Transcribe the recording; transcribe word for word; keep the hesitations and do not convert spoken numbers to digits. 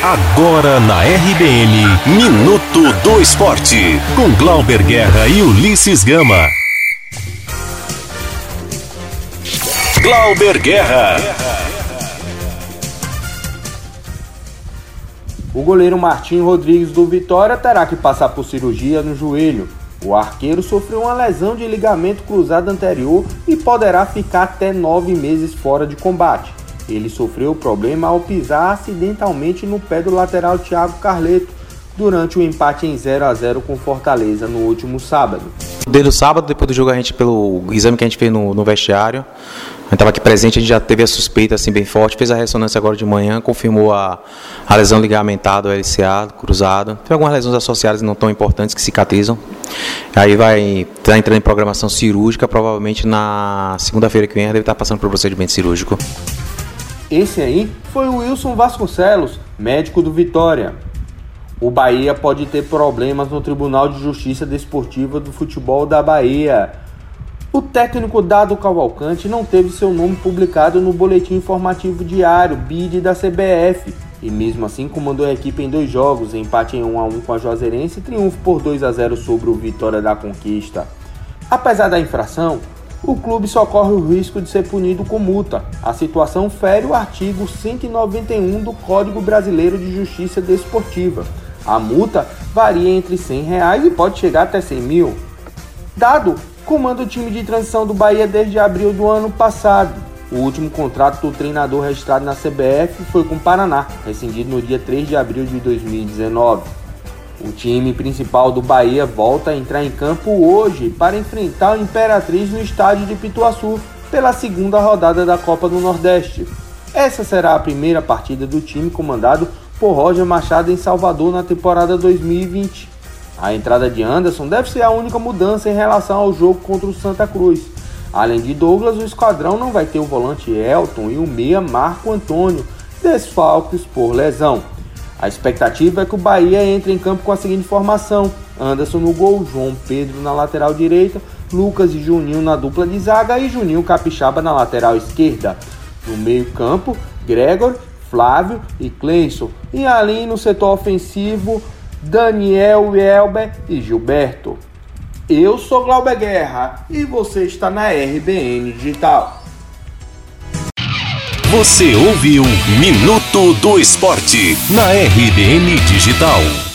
Agora na R B N, Minuto do Esporte, com Glauber Guerra e Ulisses Gama. Glauber Guerra. O goleiro Martim Rodrigues do Vitória terá que passar por cirurgia no joelho. O arqueiro sofreu uma lesão de ligamento cruzado anterior e poderá ficar até nove meses fora de combate. Ele sofreu o problema ao pisar acidentalmente no pé do lateral Thiago Carleto durante o empate em zero a zero com Fortaleza no último sábado. Desde o sábado, depois do jogo, a gente, pelo exame que a gente fez no, no vestiário, a gente estava aqui presente, a gente já teve a suspeita assim, bem forte, fez a ressonância agora de manhã, confirmou a, a lesão ligamentar do L C A, cruzado. Tem algumas lesões associadas não tão importantes que cicatrizam. Aí vai estar entrando em programação cirúrgica, provavelmente na segunda-feira que vem deve estar passando por procedimento cirúrgico. Esse aí foi o Wilson Vasconcelos, médico do Vitória. O Bahia pode ter problemas no Tribunal de Justiça Desportiva do Futebol da Bahia. O técnico Dado Cavalcante não teve seu nome publicado no Boletim Informativo Diário, B I D da C B F, e mesmo assim comandou a equipe em dois jogos, empate em um a um com a Juazeirense e triunfo por dois a zero sobre o Vitória da Conquista. Apesar da infração, o clube só corre o risco de ser punido com multa. A situação fere o artigo cento e noventa e um do Código Brasileiro de Justiça Desportiva. A multa varia entre cem reais e pode chegar até cem mil. Dado comanda o time de transição do Bahia desde abril do ano passado. O último contrato do treinador registrado na C B F foi com o Paraná, rescindido no dia três de abril de dois mil e dezenove. O time principal do Bahia volta a entrar em campo hoje para enfrentar o Imperatriz no estádio de Pituaçu pela segunda rodada da Copa do Nordeste. Essa será a primeira partida do time comandado por Roger Machado em Salvador na temporada dois mil e vinte. A entrada de Anderson deve ser a única mudança em relação ao jogo contra o Santa Cruz. Além de Douglas, o esquadrão não vai ter o volante Elton e o meia Marco Antônio, desfalques por lesão. A expectativa é que o Bahia entre em campo com a seguinte formação: Anderson no gol, João Pedro na lateral direita, Lucas e Juninho na dupla de zaga e Juninho Capixaba na lateral esquerda. No meio campo, Gregor, Flávio e Cleison. E ali no setor ofensivo, Daniel, Elber e Gilberto. Eu sou Glauber Guerra e você está na R B N Digital. Você ouviu Minuto do Esporte na R B N Digital.